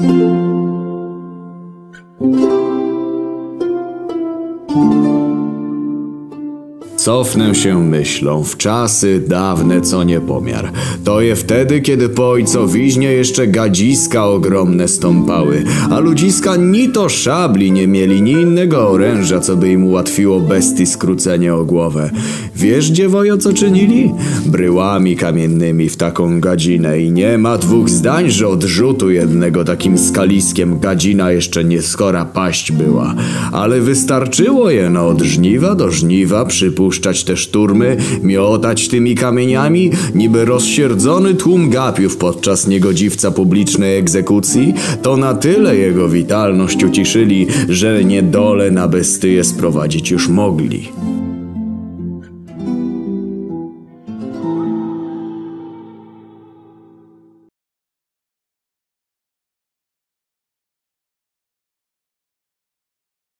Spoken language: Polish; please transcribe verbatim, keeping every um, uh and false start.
Cofnę się myślą w czasy dawne co niepomiar. To je wtedy, kiedy po ojcowiźnie jeszcze gadziska ogromne stąpały, a ludziska ni to szabli nie mieli, ni innego oręża, co by im ułatwiło bestii skrócenie o głowę. Wiesz, dziewojo, co czynili? Bryłami kamiennymi w taką gadzinę i nie ma dwóch zdań, że od rzutu jednego takim skaliskiem gadzina jeszcze nie skora paść była. Ale wystarczyło jeno od żniwa do żniwa przypuszczać te szturmy, miotać tymi kamieniami, niby rozsierdzony tłum gapiów podczas niegodziwca publicznej egzekucji, to na tyle jego witalność uciszyli, że niedole na bestyję sprowadzić już mogli.